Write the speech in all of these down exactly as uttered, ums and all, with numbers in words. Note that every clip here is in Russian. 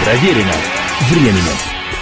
Проверено временем.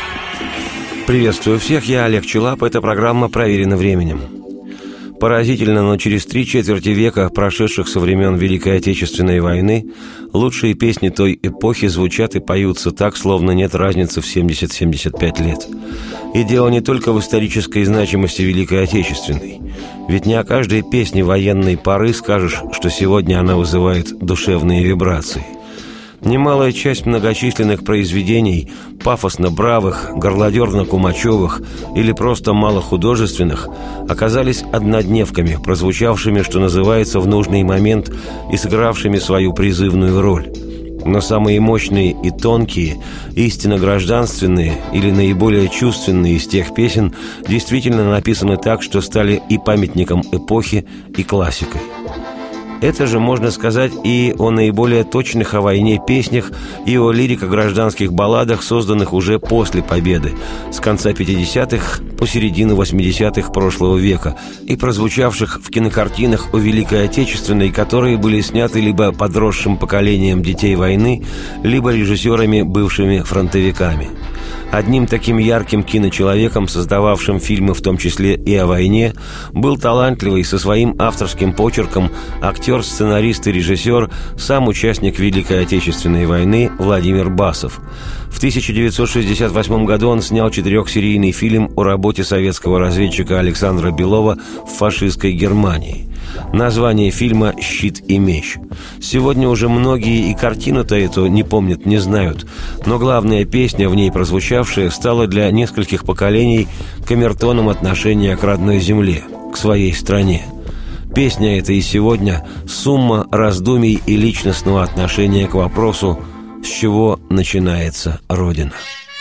Приветствую всех, я Олег Челап, это программа «Проверено временем». Поразительно, но через три четверти века, прошедших со времен Великой Отечественной войны, лучшие песни той эпохи звучат и поются так, словно нет разницы в семьдесят-семьдесят пять лет. И дело не только в исторической значимости Великой Отечественной. Ведь не о каждой песне военной поры скажешь, что сегодня она вызывает душевные вибрации. Немалая часть многочисленных произведений, пафосно-бравых, горлодерно-кумачевых или просто малохудожественных, оказались однодневками, прозвучавшими, что называется, в нужный момент и сыгравшими свою призывную роль. Но самые мощные и тонкие, истинно гражданственные или наиболее чувственные из тех песен действительно написаны так, что стали и памятником эпохи, и классикой. Это же можно сказать и о наиболее точных о войне песнях, и о лирико-гражданских балладах, созданных уже после победы, с конца пятидесятых по середину восьмидесятых прошлого века, и прозвучавших в кинокартинах о Великой Отечественной, которые были сняты либо подросшим поколением детей войны, либо режиссерами, бывшими фронтовиками. Одним таким ярким киночеловеком, создававшим фильмы в том числе и о войне, был талантливый со своим авторским почерком актер, сценарист и режиссер, сам участник Великой Отечественной войны Владимир Басов. В тысяча девятьсот шестьдесят восьмом году он снял четырехсерийный фильм о работе советского разведчика Александра Белова в фашистской Германии. Название фильма «Щит и меч». Сегодня уже многие и картину-то эту не помнят, не знают, но главная песня, в ней прозвучавшая, стала для нескольких поколений камертоном отношения к родной земле, к своей стране. Песня эта и сегодня сумма раздумий и личностного отношения к вопросу, с чего начинается Родина.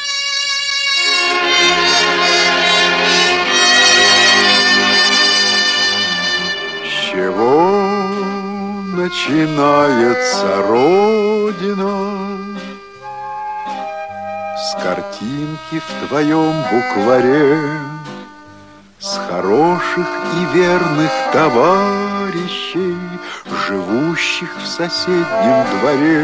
С чего начинается Родина? С картинки в твоем букваре, с хороших и верных товарищей, живущих в соседнем дворе.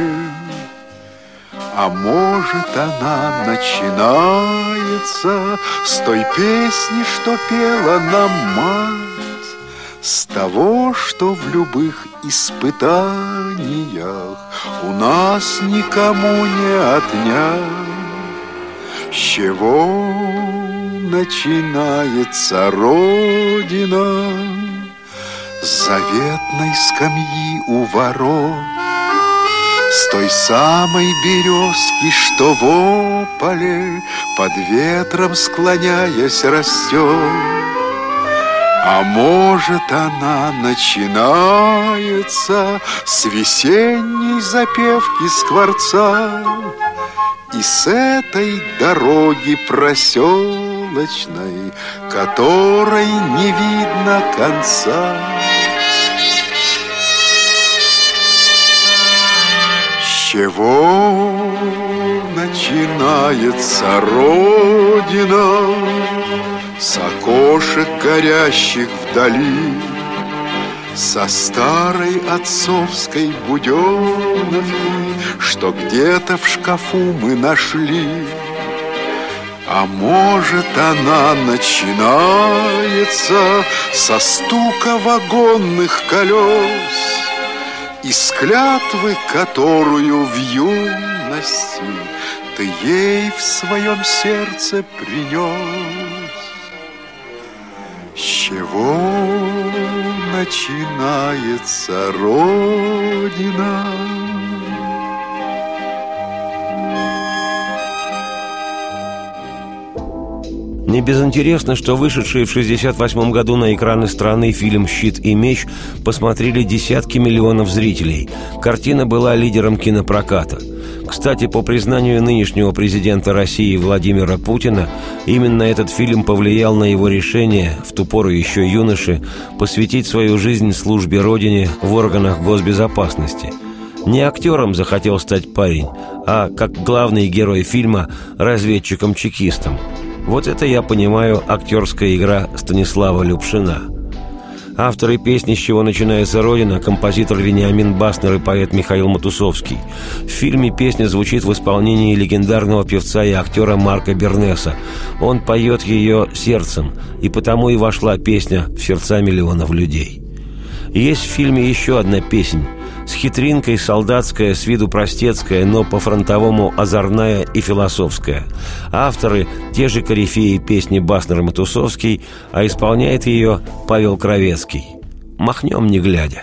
А может, она начинается с той песни, что пела нам мать, с того, что в любых испытаниях у нас никому не отнять. С чего начинается Родина? С заветной скамьи у ворот, с той самой березки, что в ополе под ветром склоняясь растет. А может, она начинается с весенней запевки скворца и с этой дороги проселочной, которой не видно конца. С чего начинается Родина? С окошек, горящих вдали, со старой отцовской буденовки, что где-то в шкафу мы нашли. А может, она начинается со стука вагонных колес и с клятвы, которую в юности ты ей в своем сердце принес. С чего начинается Родина? Не безинтересно, что вышедший в шестьдесят восьмом году на экраны страны фильм «Щит и меч» посмотрели десятки миллионов зрителей. Картина была лидером кинопроката. Кстати, по признанию нынешнего президента России Владимира Путина, именно этот фильм повлиял на его решение, в ту пору еще юноши, посвятить свою жизнь службе Родине в органах госбезопасности. Не актером захотел стать парень, а, как главный герой фильма, разведчиком-чекистом. Вот это, я понимаю, актерская игра Станислава Любшина. Авторы песни «С чего начинается Родина» — композитор Вениамин Баснер и поэт Михаил Матусовский. В фильме песня звучит в исполнении легендарного певца и актера Марка Бернеса. Он поет ее сердцем, и потому и вошла песня в сердца миллионов людей. Есть в фильме еще одна песнь, с хитринкой солдатская, с виду простецкая, но по-фронтовому озорная и философская. Авторы – те же корифеи песни Баснер и Матусовский, а исполняет ее Павел Кровецкий. «Махнем не глядя».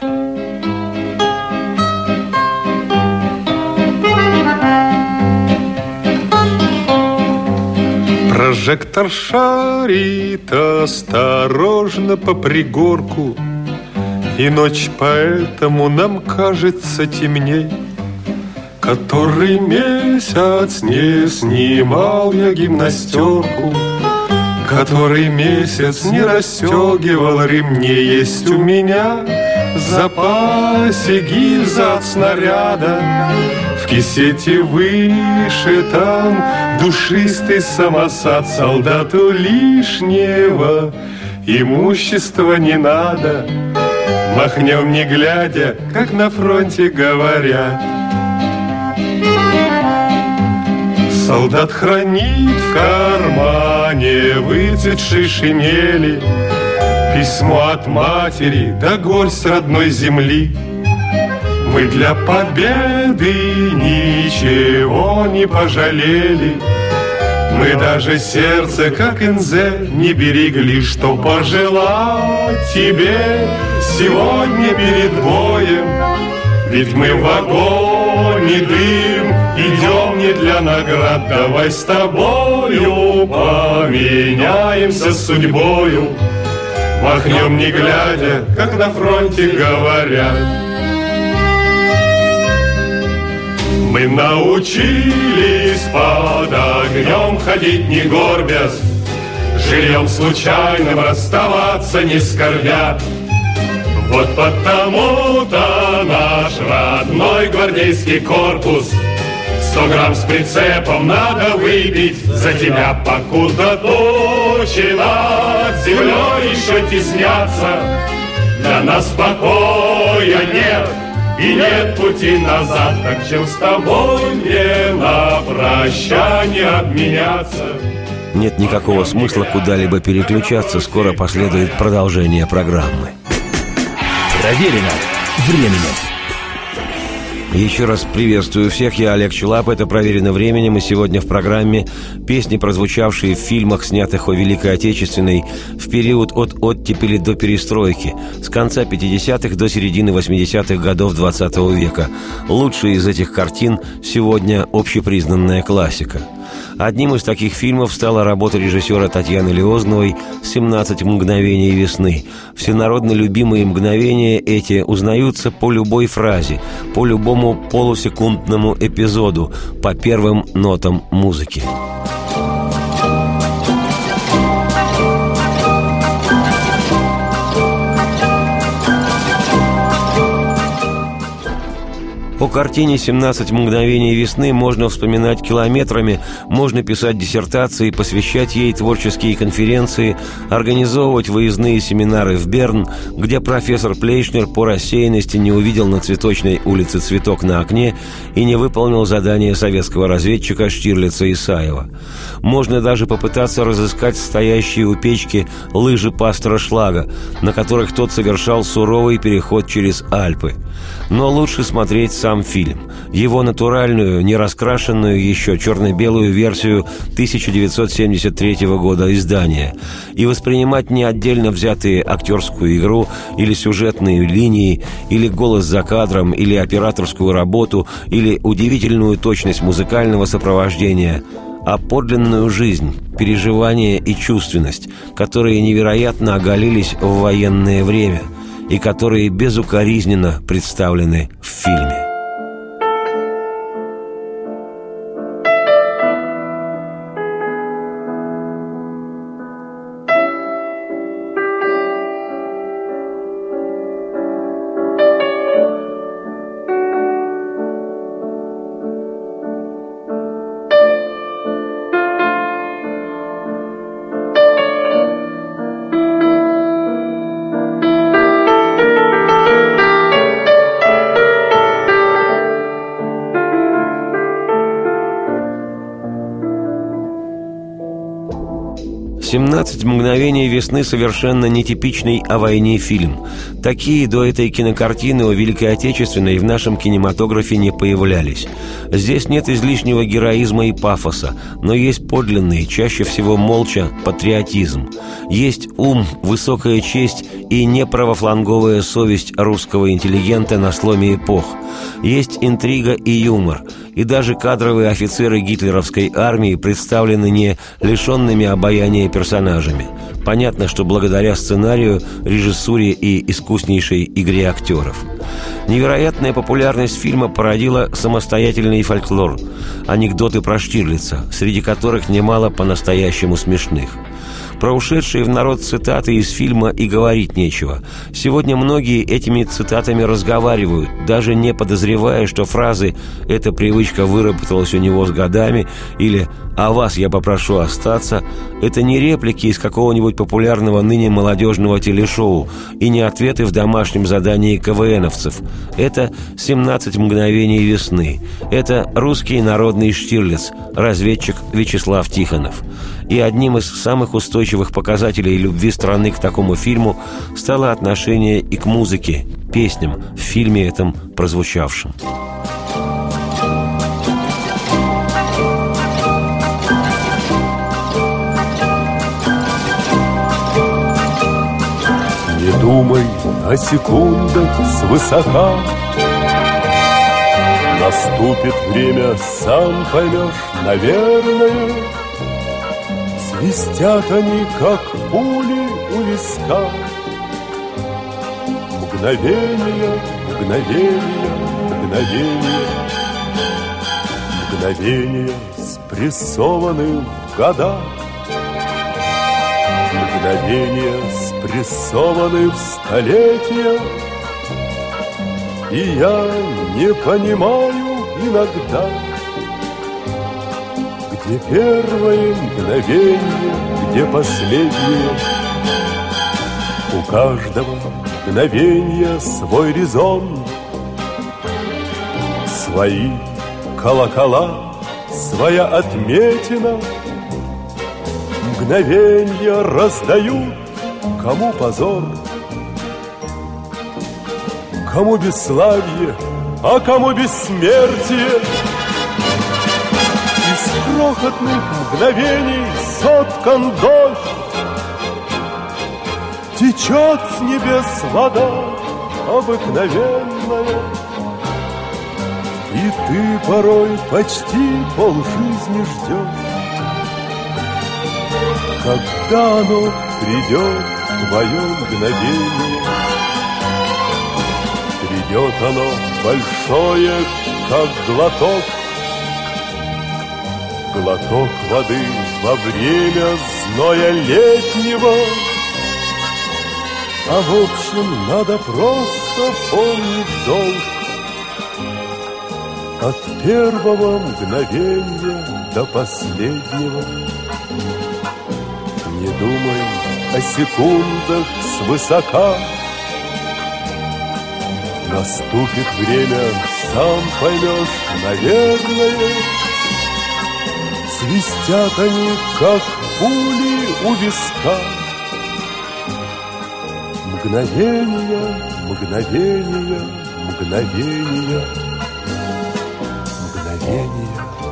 Прожектор шарит осторожно по пригорку, и ночь поэтому нам кажется темней. Который месяц не снимал я гимнастерку, который месяц не расстегивал ремней. Есть у меня в запасе гильза от снаряда, в кисете выше там душистый самосад. Солдату лишнего имущества не надо, махнем не глядя, как на фронте говорят. Солдат хранит в кармане выцветшей шинели письмо от матери да горсть родной земли. Мы для победы ничего не пожалели, мы даже сердце, как Инзе, не берегли. Что пожелать тебе сегодня перед боем? Ведь мы в вагоне дым идем не для наград. Давай с тобою поменяемся судьбою, махнем не глядя, как на фронте говорят. Мы научились под огнем ходить не горбясь, жильем случайным расставаться не скорбя. Вот потому-то наш родной гвардейский корпус сто грамм с прицепом надо выпить за тебя, покуда тучи над землей еще теснятся. Для нас покоя нет и нет пути назад, так чем с тобой мне на прощание обменяться. Нет никакого смысла куда-либо переключаться, скоро последует продолжение программы. Проверено временем. Еще раз приветствую всех, я Олег Челап, это «Проверено временем», и сегодня в программе песни, прозвучавшие в фильмах, снятых о Великой Отечественной в период от оттепели до перестройки, с конца пятидесятых до середины восьмидесятых годов двадцатого века. Лучшие из этих картин сегодня общепризнанная классика. Одним из таких фильмов стала работа режиссера Татьяны Лиозновой «семнадцать мгновений весны». Всенародно любимые мгновения эти узнаются по любой фразе, по любому полусекундному эпизоду, по первым нотам музыки. О картине «семнадцать мгновений весны» можно вспоминать километрами, можно писать диссертации, посвящать ей творческие конференции, организовывать выездные семинары в Берн, где профессор Плейшнер по рассеянности не увидел на Цветочной улице цветок на окне и не выполнил задание советского разведчика Штирлица Исаева. Можно даже попытаться разыскать стоящие у печки лыжи пастора Шлага, на которых тот совершал суровый переход через Альпы. Но лучше смотреть сам фильм, его натуральную, не раскрашенную еще черно-белую версию тысяча девятьсот семьдесят третьего года издания, и воспринимать не отдельно взятые актерскую игру или сюжетные линии, или голос за кадром, или операторскую работу, или удивительную точность музыкального сопровождения, а подлинную жизнь, переживания и чувственность, которые невероятно оголились в военное время и которые безукоризненно представлены в фильме. «семнадцать мгновений весны» — совершенно нетипичный о войне фильм. Такие до этой кинокартины о Великой Отечественной в нашем кинематографе не появлялись. Здесь нет излишнего героизма и пафоса, но есть подлинный, чаще всего молча, патриотизм. Есть ум, высокая честь и неправофланговая совесть русского интеллигента на сломе эпох. Есть интрига и юмор. И даже кадровые офицеры гитлеровской армии представлены не лишенными обаяния персонажами. Понятно, что благодаря сценарию, режиссуре и искуснейшей игре актеров. Невероятная популярность фильма породила самостоятельный фольклор, анекдоты про Штирлица, среди которых немало по-настоящему смешных. Про ушедшие в народ цитаты из фильма и говорить нечего. Сегодня многие этими цитатами разговаривают, даже не подозревая, что фразы «эта привычка выработалась у него с годами» или «а вас я попрошу остаться» — это не реплики из какого-нибудь популярного ныне молодежного телешоу и не ответы в домашнем задании КВНовцев. Это «семнадцать мгновений весны». Это русский народный Штирлиц, разведчик Вячеслав Тихонов. И одним из самых устойчивых показателей любви страны к такому фильму стало отношение и к музыке, песням в фильме этом прозвучавшем. Не думай о секундах свысока, наступит время, сам поймешь, наверное. Свистят они, как пули у виска. Мгновение, мгновение, мгновение, мгновение, спрессованы в года. Мгновения, спрессованы в столетия. И я не понимаю иногда, где первое мгновение, где последнее. У каждого мгновения свой резон, свои колокола, своя отметина. Мгновенья раздают, кому позор, кому бесславие, а кому бессмертие. Из крохотных мгновений соткан дождь, течет с небес вода обыкновенная. И ты порой почти полжизни ждешь, когда оно придет, твое мгновение. Придет оно большое, как глоток, глоток воды во время зноя летнего. А в общем, надо просто помнить долг. От первого мгновения до последнего. Не думай о секундах свысока. Наступит время, сам поймешь, наверное. Свистят они, как пули у виска. Мгновения, мгновения, мгновения, мгновения.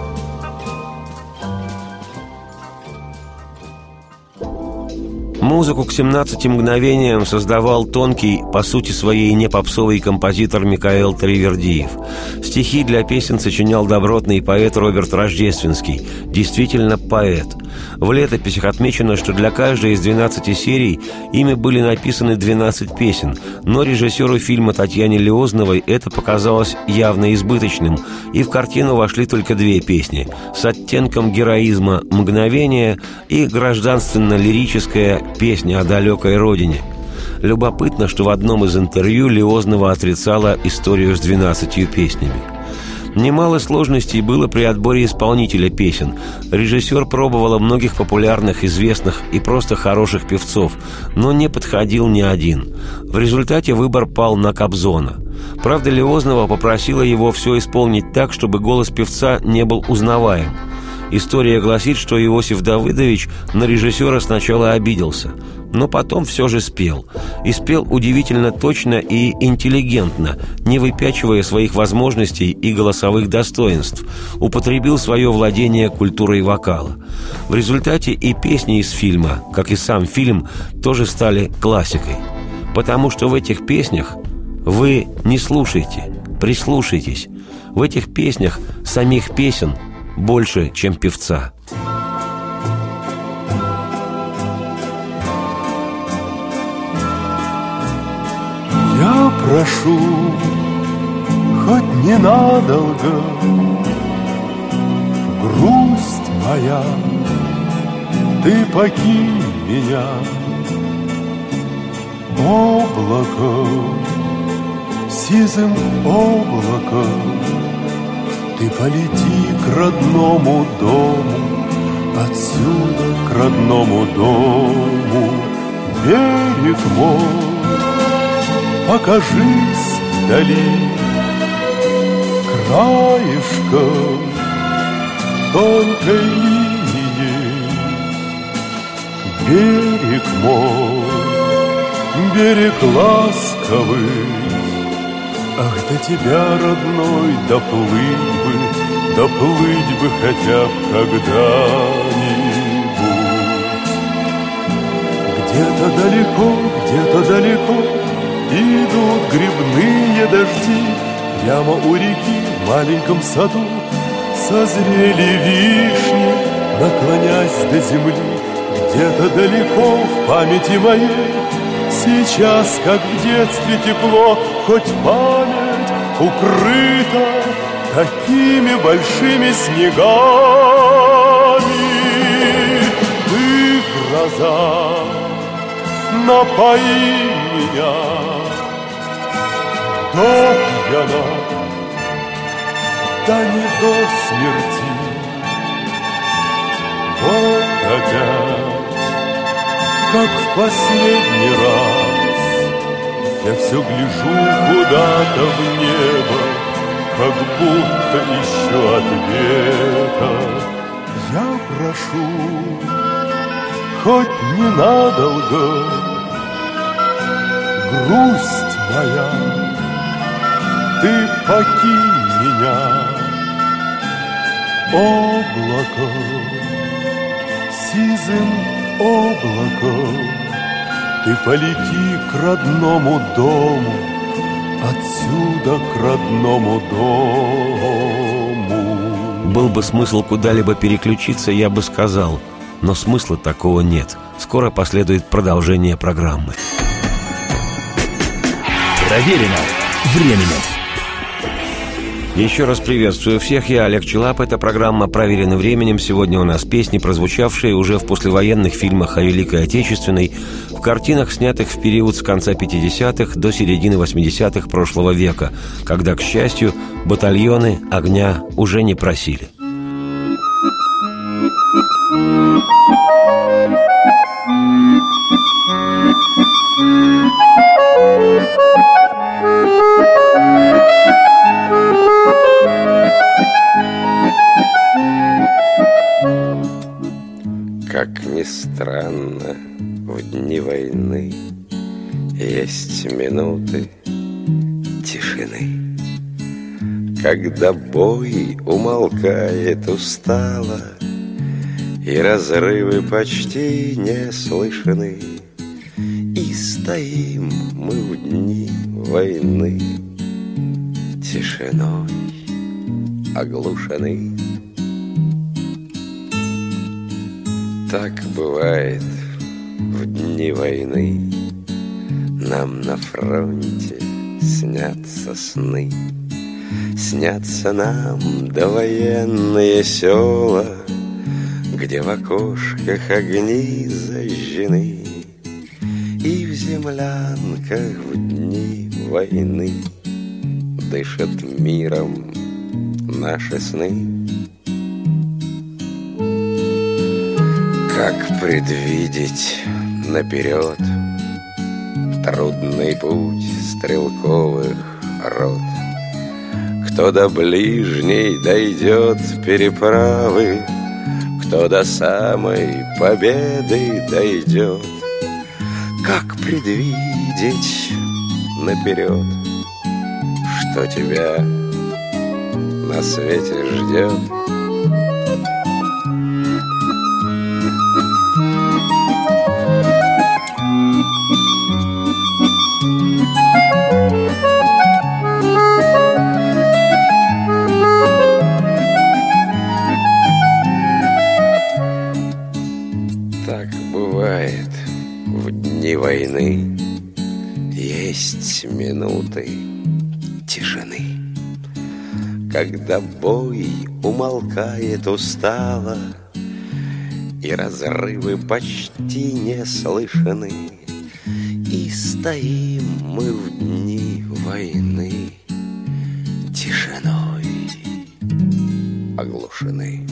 Музыку к «семнадцати мгновениям» создавал тонкий, по сути своей непопсовый композитор Микаэл Таривердиев. Стихи для песен сочинял добротный поэт Роберт Рождественский. Действительно поэт. В летописях отмечено, что для каждой из двенадцати серий ими были написаны двенадцать песен, но режиссеру фильма Татьяне Лиозновой это показалось явно избыточным, и в картину вошли только две песни с оттенком героизма «Мгновение» и гражданственно-лирическая «Песня о далекой родине». Любопытно, что в одном из интервью Лиознова отрицала историю с двенадцатью песнями. Немало сложностей было при отборе исполнителя песен. Режиссер пробовал многих популярных, известных и просто хороших певцов, но не подходил ни один. В результате выбор пал на Кобзона. Правда, Лиознова попросила его все исполнить так, чтобы голос певца не был узнаваем. История гласит, что Иосиф Давыдович на режиссера сначала обиделся, но потом все же спел. И спел удивительно точно и интеллигентно, не выпячивая своих возможностей и голосовых достоинств. Употребил свое владение культурой вокала. В результате и песни из фильма, как и сам фильм, тоже стали классикой. Потому что в этих песнях вы не слушайте, прислушайтесь. В этих песнях самих песен больше, чем певца. Я прошу, хоть ненадолго, грусть моя, ты покинь меня. Облако, сизым облаком, ты полети к родному дому, отсюда к родному дому. Берег мой, покажись вдали, краешком тонкой линии. Берег мой, берег ласковый, ах, до тебя, родной, доплыть бы, доплыть бы хотя б когда-нибудь. Где-то далеко, где-то далеко идут грибные дожди. Прямо у реки в маленьком саду созрели вишни, наклонясь до земли. Где-то далеко в памяти моей сейчас, как в детстве, тепло, хоть память укрыта такими большими снегами. Ты, гроза, напои меня до пьяна, да не до смерти. Вот опять, как в последний раз, я все гляжу куда-то в небо, как будто ищу ответа. Я прошу, хоть ненадолго, грусть моя, ты покинь меня. Облако, сизым облаком, ты полети к родному дому, отсюда к родному дому. Был бы смысл куда-либо переключиться, я бы сказал, но смысла такого нет. Скоро последует продолжение программы. Проверено временем. Еще раз приветствую всех, я Олег Челап. Эта программа «Проверено временем». Сегодня у нас песни, прозвучавшие уже в послевоенных фильмах о Великой Отечественной, в картинах, снятых в период с конца пятидесятых до середины восьмидесятых прошлого века, когда, к счастью, батальоны огня уже не просили. Как ни странно, в дни войны есть минуты тишины, когда бой умолкает устало, и разрывы почти не слышны, и стоим мы в дни войны тишиной оглушены. Так бывает в дни войны, нам на фронте снятся сны. Снятся нам довоенные села, где в окошках огни зажжены, и в землянках в дни войны дышат миром наши сны. Как предвидеть наперед трудный путь стрелковых рот? Кто до ближней дойдет переправы, что до самой победы дойдет. Как предвидеть наперед, что тебя на свете ждет? Так бывает в дни войны, есть минуты тишины, когда бой умолкает устало, и разрывы почти не слышны, и стоим мы в дни войны тишиной оглушены.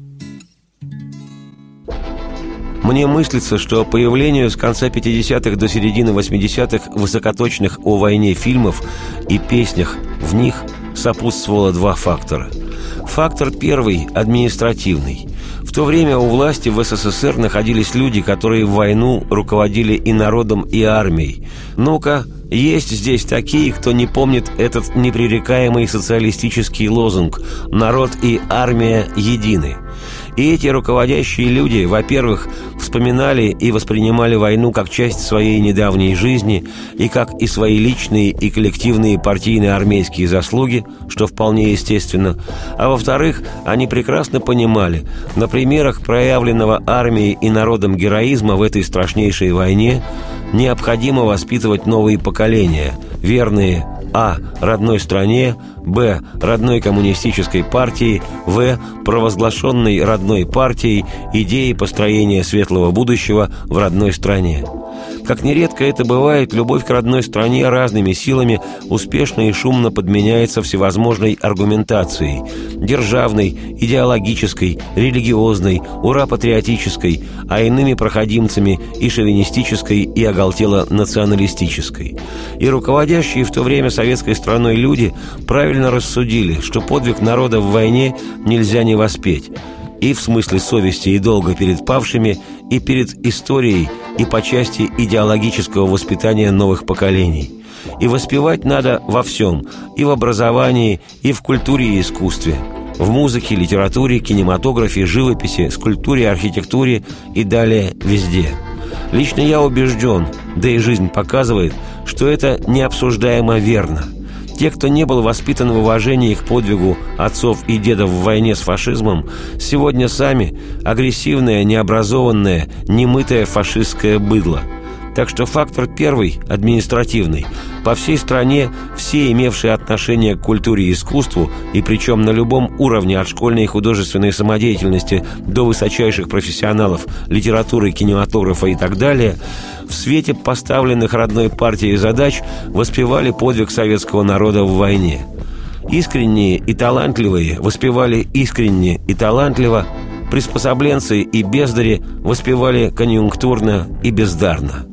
Мне мыслится, что появлению с конца пятидесятых до середины восьмидесятых высокоточных о войне фильмов и песнях в них сопутствовало два фактора. Фактор первый – административный. В то время у власти в СССР находились люди, которые в войну руководили и народом, и армией. Ну-ка, есть здесь такие, кто не помнит этот непререкаемый социалистический лозунг «Народ и армия едины». И эти руководящие люди, во-первых, вспоминали и воспринимали войну как часть своей недавней жизни и как и свои личные и коллективные партийные армейские заслуги, что вполне естественно, а во-вторых, они прекрасно понимали, на примерах проявленного армией и народом героизма в этой страшнейшей войне необходимо воспитывать новые поколения, верные а. родной стране, б. родной коммунистической партии, в. провозглашенной родной партией идеи построения светлого будущего в родной стране. Как нередко это бывает, любовь к родной стране разными силами успешно и шумно подменяется всевозможной аргументацией – державной, идеологической, религиозной, ура-патриотической, а иными проходимцами и шовинистической, и оголтело-националистической. И руководящие в то время советской страной люди правильно рассудили, что подвиг народа в войне нельзя не воспеть, и в смысле совести и долга перед павшими, и перед историей, и по части идеологического воспитания новых поколений. И воспевать надо во всем, и в образовании, и в культуре и искусстве, в музыке, литературе, кинематографе, живописи, скульптуре, архитектуре и далее везде. Лично я убежден, да и жизнь показывает, что это необсуждаемо верно. Те, кто не был воспитан в уважении к подвигу отцов и дедов в войне с фашизмом, сегодня сами агрессивное, необразованное, немытое фашистское быдло. Так что фактор первый, административный, по всей стране все, имевшие отношение к культуре и искусству, и причем на любом уровне от школьной и художественной самодеятельности до высочайших профессионалов литературы, кинематографа и так далее, в свете поставленных родной партией задач воспевали подвиг советского народа в войне. Искренние и талантливые воспевали искренне и талантливо, приспособленцы и бездари воспевали конъюнктурно и бездарно.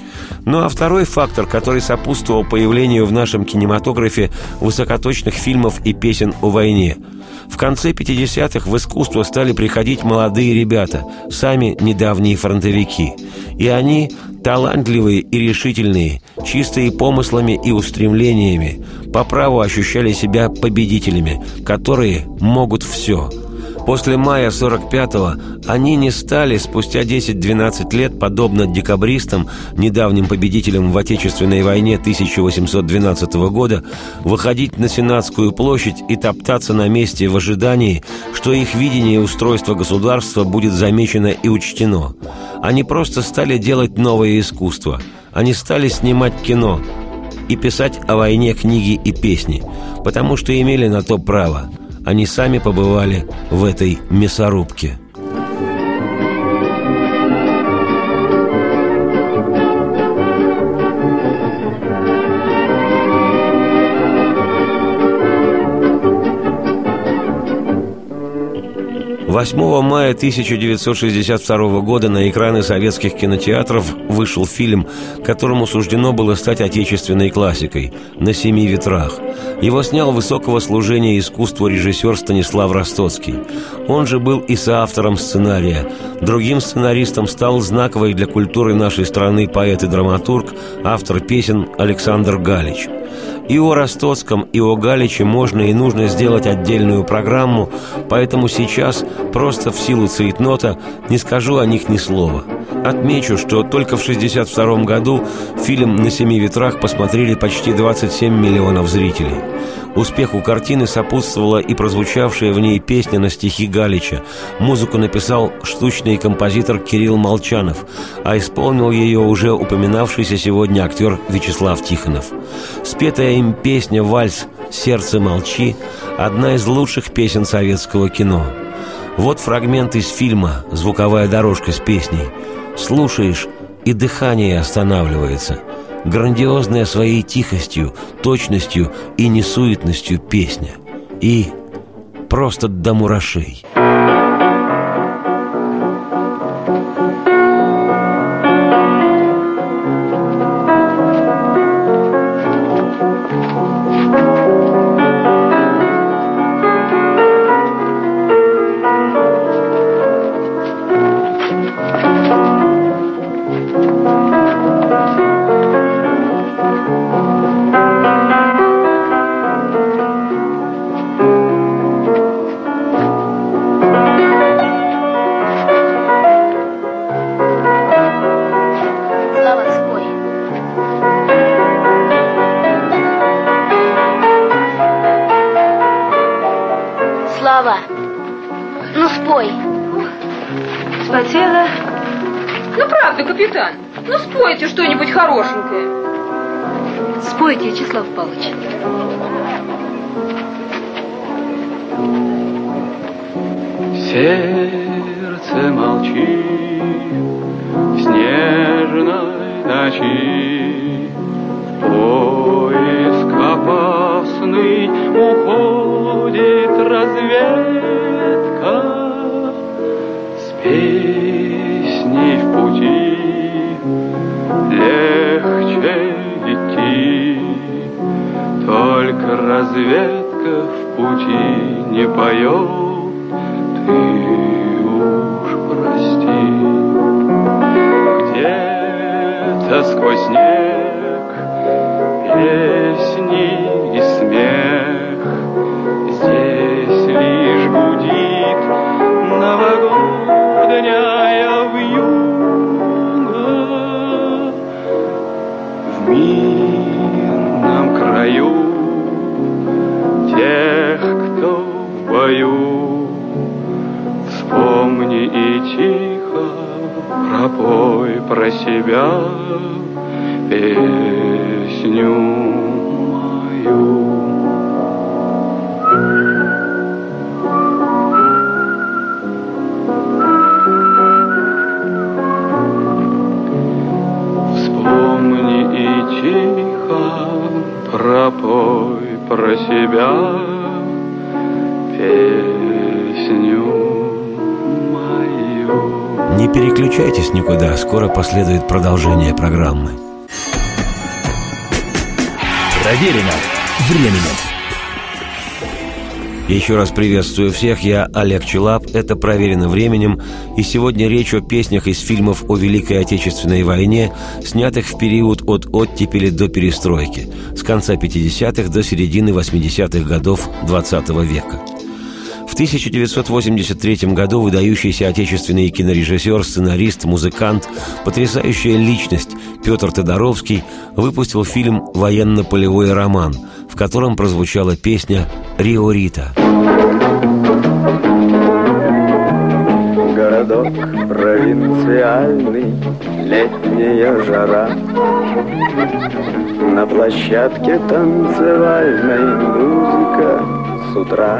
Ну а второй фактор, который сопутствовал появлению в нашем кинематографе высокоточных фильмов и песен о войне. В конце пятидесятых в искусство стали приходить молодые ребята, сами недавние фронтовики. И они, талантливые и решительные, чистые помыслами и устремлениями, по праву ощущали себя победителями, которые могут все. После мая сорок пятого они не стали спустя десять-двенадцать лет, подобно декабристам, недавним победителям в Отечественной войне тысяча восемьсот двенадцатого года, выходить на Сенатскую площадь и топтаться на месте в ожидании, что их видение устройства государства будет замечено и учтено. Они просто стали делать новое искусство. Они стали снимать кино и писать о войне книги и песни, потому что имели на то право. Они сами побывали в этой мясорубке. восьмого мая тысяча девятьсот шестьдесят второго года на экраны советских кинотеатров вышел фильм, которому суждено было стать отечественной классикой «На семи ветрах». Его снял высокого служения искусству режиссер Станислав Ростоцкий. Он же был и соавтором сценария. Другим сценаристом стал знаковый для культуры нашей страны поэт и драматург, автор песен Александр Галич. И о Ростоцком, и о Галиче можно и нужно сделать отдельную программу, поэтому сейчас, просто в силу цейтнота, не скажу о них ни слова. Отмечу, что только в шестьдесят втором году фильм «На семи ветрах» посмотрели почти двадцать семь миллионов зрителей. Успеху картины сопутствовала и прозвучавшая в ней песня на стихи Галича. Музыку написал штучный композитор Кирилл Молчанов, а исполнил ее уже упоминавшийся сегодня актер Вячеслав Тихонов. Спетая им песня «Вальс «Сердце молчи» – одна из лучших песен советского кино. Вот фрагмент из фильма, звуковая дорожка с песней. Слушаешь, и дыхание останавливается. Грандиозная своей тихостью, точностью и несуетностью песня. И просто до мурашей. Слава, ну спой. Спотела? Ну правда, капитан, ну спойте что-нибудь хорошенькое. Спойте, Вячеслав Павлович. Сердце молчи в снежной ночи, поиск опасный уходит разведка с песней в пути. Легче идти, только разведка в пути не поет. Ты уж прости, где-то сквозь снег песни и смех, здесь лишь гудит новогодняя вьюга. В мирном краю тех, кто в бою, вспомни и тихо пропой про себя песню мою. Вспомни и тихо пропой про себя песню. Не переключайтесь никуда, скоро последует продолжение программы. Проверено временем. Еще раз приветствую всех, я Олег Челап, это «Проверено временем», и сегодня речь о песнях из фильмов о Великой Отечественной войне, снятых в период от оттепели до перестройки, с конца пятидесятых до середины восьмидесятых годов двадцатого века. В тысяча девятьсот восемьдесят третьем году выдающийся отечественный кинорежиссер, сценарист, музыкант, потрясающая личность Петр Тодоровский выпустил фильм «Военно-полевой роман», в котором прозвучала песня «Рио Рита». Городок провинциальный, летняя жара. На площадке танцевальной музыка с утра.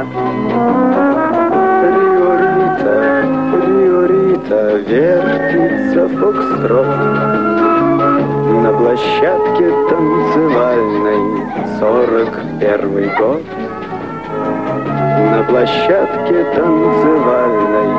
Рио-Рита, Рио-Рита, вертится фокстрот. На площадке танцевальной сорок первый год. На площадке танцевальной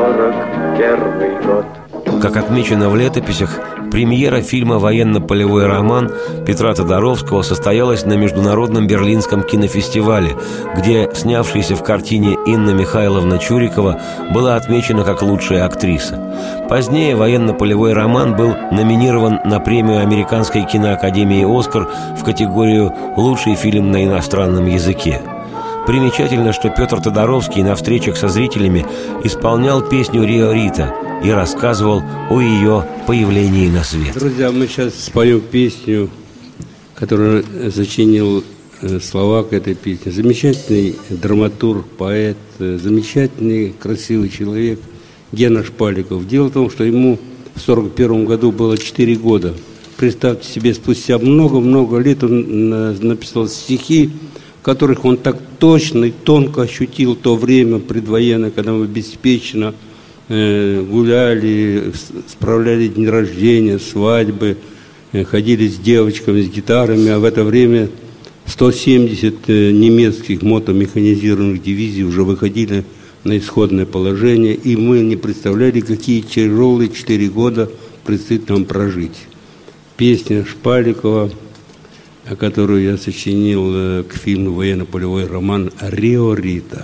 сорок первый год. Как отмечено в летописях, премьера фильма «Военно-полевой роман» Петра Тодоровского состоялась на Международном Берлинском кинофестивале, где снявшаяся в картине Инна Михайловна Чурикова была отмечена как лучшая актриса. Позднее «Военно-полевой роман» был номинирован на премию Американской киноакадемии «Оскар» в категорию «Лучший фильм на иностранном языке». Примечательно, что Петр Тодоровский на встречах со зрителями исполнял песню «Рио Рита» и рассказывал о ее появлении на свет. Друзья, мы сейчас споем песню, которую сочинил слова к этой песне. Замечательный драматург, поэт, замечательный, красивый человек Гена Шпаликов. Дело в том, что ему в сорок первом году было четыре года. Представьте себе, спустя много-много лет он написал стихи, в которых он так точно и тонко ощутил то время предвоенное, когда мы беспечно э, гуляли, справляли дни рождения, свадьбы, э, ходили с девочками, с гитарами, а в это время сто семьдесят э, немецких мотомеханизированных дивизий уже выходили на исходное положение, и мы не представляли, какие тяжелые четыре года предстоит нам прожить. Песня Шпаликова, которую я сочинил к фильму «Военно-полевой роман» «Рио Рита».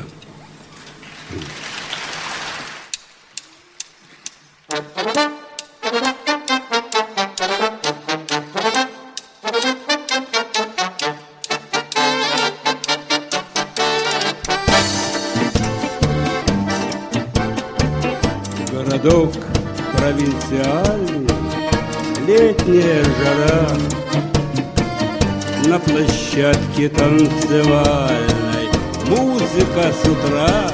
Городок провинциальный, летняя жара, на площадке танцевальной музыка с утра.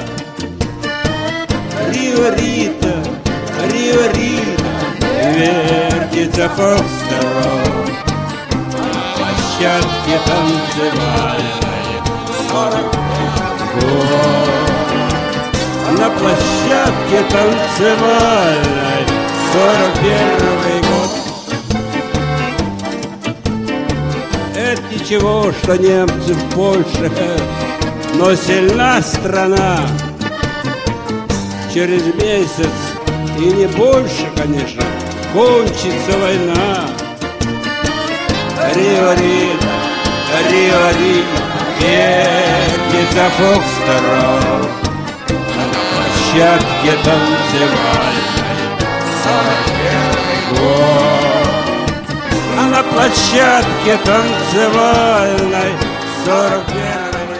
Рио Рита, Рио Рита, вертится фокстрот. На площадке танцевальной сорок год. На площадке танцевальной сорок первый год. Ничего, что немцы в Польше, но сильна страна. Через месяц, и не больше, конечно, кончится война. Рио Рита, Рио Рита, вертится фокстрот. На площадке танцевальной сорок первый год. А на площадке танцевальной сорок первый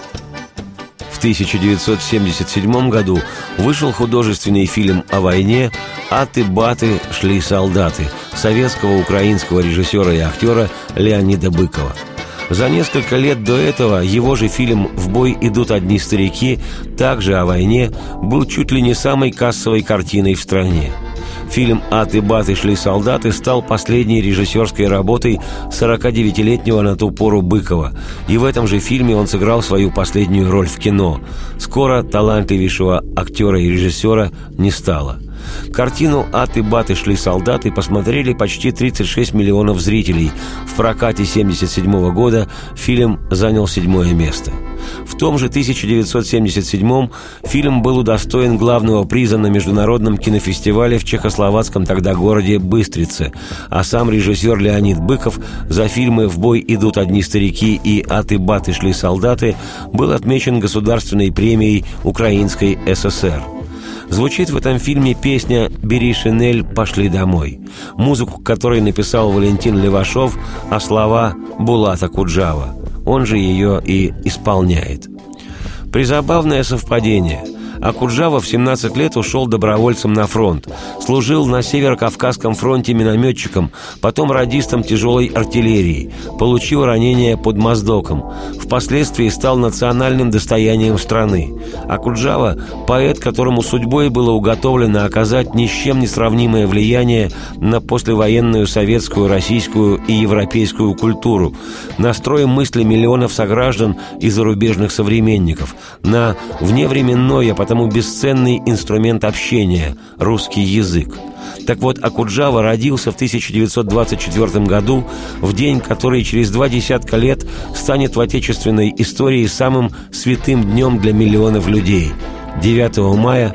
год. В тысяча девятьсот семьдесят седьмом году вышел художественный фильм о войне «Аты-баты, шли солдаты» советского украинского режиссера и актера Леонида Быкова. За несколько лет до этого его же фильм «В бой идут одни старики», также о войне, был чуть ли не самой кассовой картиной в стране. Фильм «Аты-баты, шли солдаты» стал последней режиссерской работой сорокадевятилетнего на ту пору Быкова, и в этом же фильме он сыграл свою последнюю роль в кино. Скоро талантливейшего актера и режиссера не стало. Картину «Аты-баты, шли солдаты» посмотрели почти тридцать шесть миллионов зрителей. В прокате семьдесят седьмого года фильм занял седьмое место. В том же тысяча девятьсот семьдесят седьмом фильм был удостоен главного приза на международном кинофестивале в чехословацком тогда городе Быстрице, а сам режиссер Леонид Быков за фильмы «В бой идут одни старики» и «Аты-баты, шли солдаты» был отмечен государственной премией Украинской ССР. Звучит в этом фильме песня «Бери шинель, пошли домой», музыку которой написал Валентин Левашов, а слова Булата Куджава. Он же ее и исполняет. Призабавное совпадение. Акуджава в семнадцать лет ушел добровольцем на фронт. Служил на Северо-Кавказском фронте минометчиком, потом радистом тяжелой артиллерии. Получил ранение под Моздоком. Впоследствии стал национальным достоянием страны. Акуджава – поэт, которому судьбой было уготовлено оказать ни с чем не сравнимое влияние на послевоенную советскую, российскую и европейскую культуру, на строй мысли миллионов сограждан и зарубежных современников, на вневременное, а потому бесценный инструмент общения – русский язык. Так вот, Акуджава родился в тысяча девятьсот двадцать четвёртом году, в день, который через два десятка лет станет в отечественной истории самым святым днем для миллионов людей – девятого мая в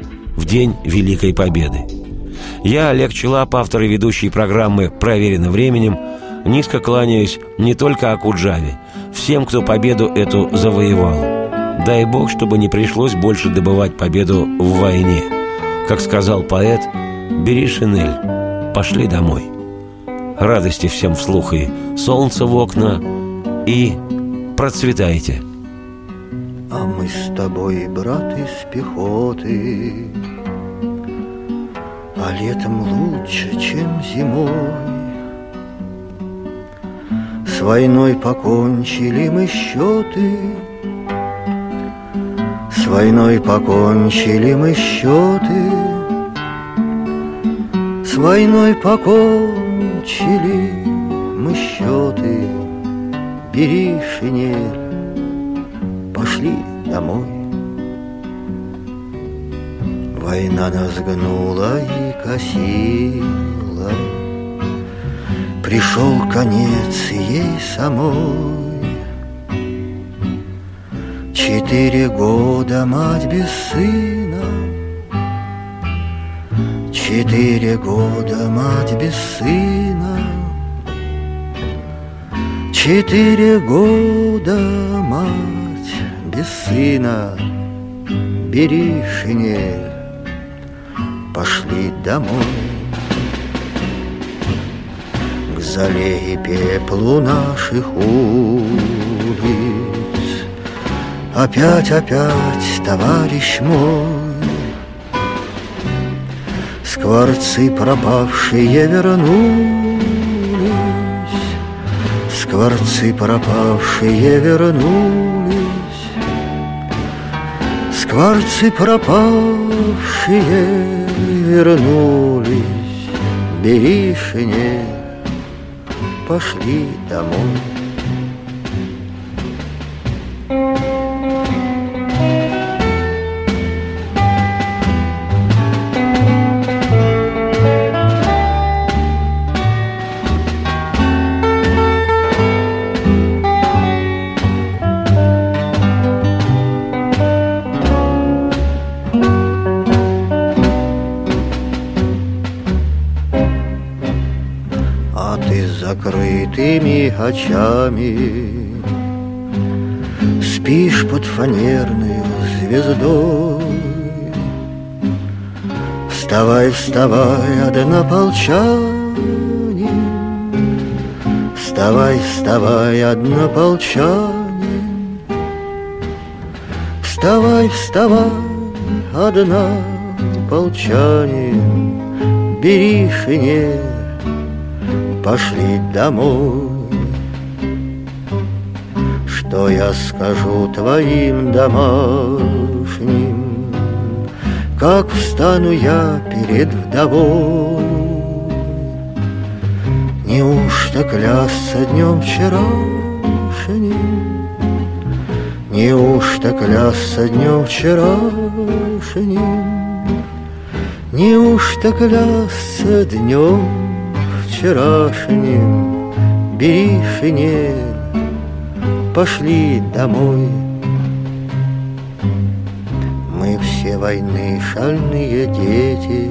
в день Великой Победы. Я, Олег Челап, автор и ведущий программы «Проверено временем», низко кланяюсь не только Окуджаве, всем, кто победу эту завоевал. Дай Бог, чтобы не пришлось больше добывать победу в войне. Как сказал поэт, бери шинель, пошли домой. Радости всем вслух и солнце в окна, и процветайте. А мы с тобой, брат, из пехоты, а летом лучше, чем зимой. С войной покончили мы счеты, с войной покончили мы счеты, с войной покончили мы счеты. Бери шинель, пошли домой. Война нас гнула и косила, пришел конец ей самой. Четыре года мать без сына, четыре года мать без сына, четыре года мать без сына. Бери шинель, пошли домой. К золе и пеплу наших улиц опять, опять, товарищ мой, скворцы пропавшие вернулись, скворцы пропавшие вернулись, скворцы пропавшие вернулись. Бери шинель, пошли домой. Закрытыми очами спишь под фанерную звездой. Вставай, вставай, однополчанин, вставай, вставай, однополчанин, вставай, вставай, однополчанин. Бери шинель, пошли домой. Что я скажу твоим домашним, как встану я перед вдовой? Неужто клясться днем вчерашним, неужто клясться днем вчерашним, неужто клясться днем вчерашним? Бери шинель, пошли домой. Мы все войны шальные дети,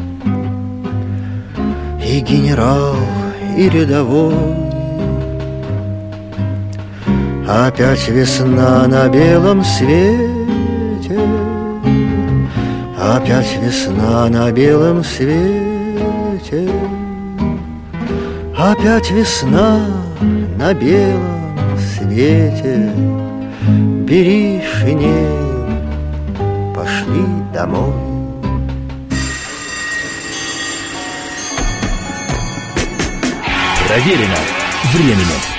и генерал, и рядовой. Опять весна на белом свете, опять весна на белом свете, опять весна на белом свете. Бери шинель, пошли домой. Проверено временем.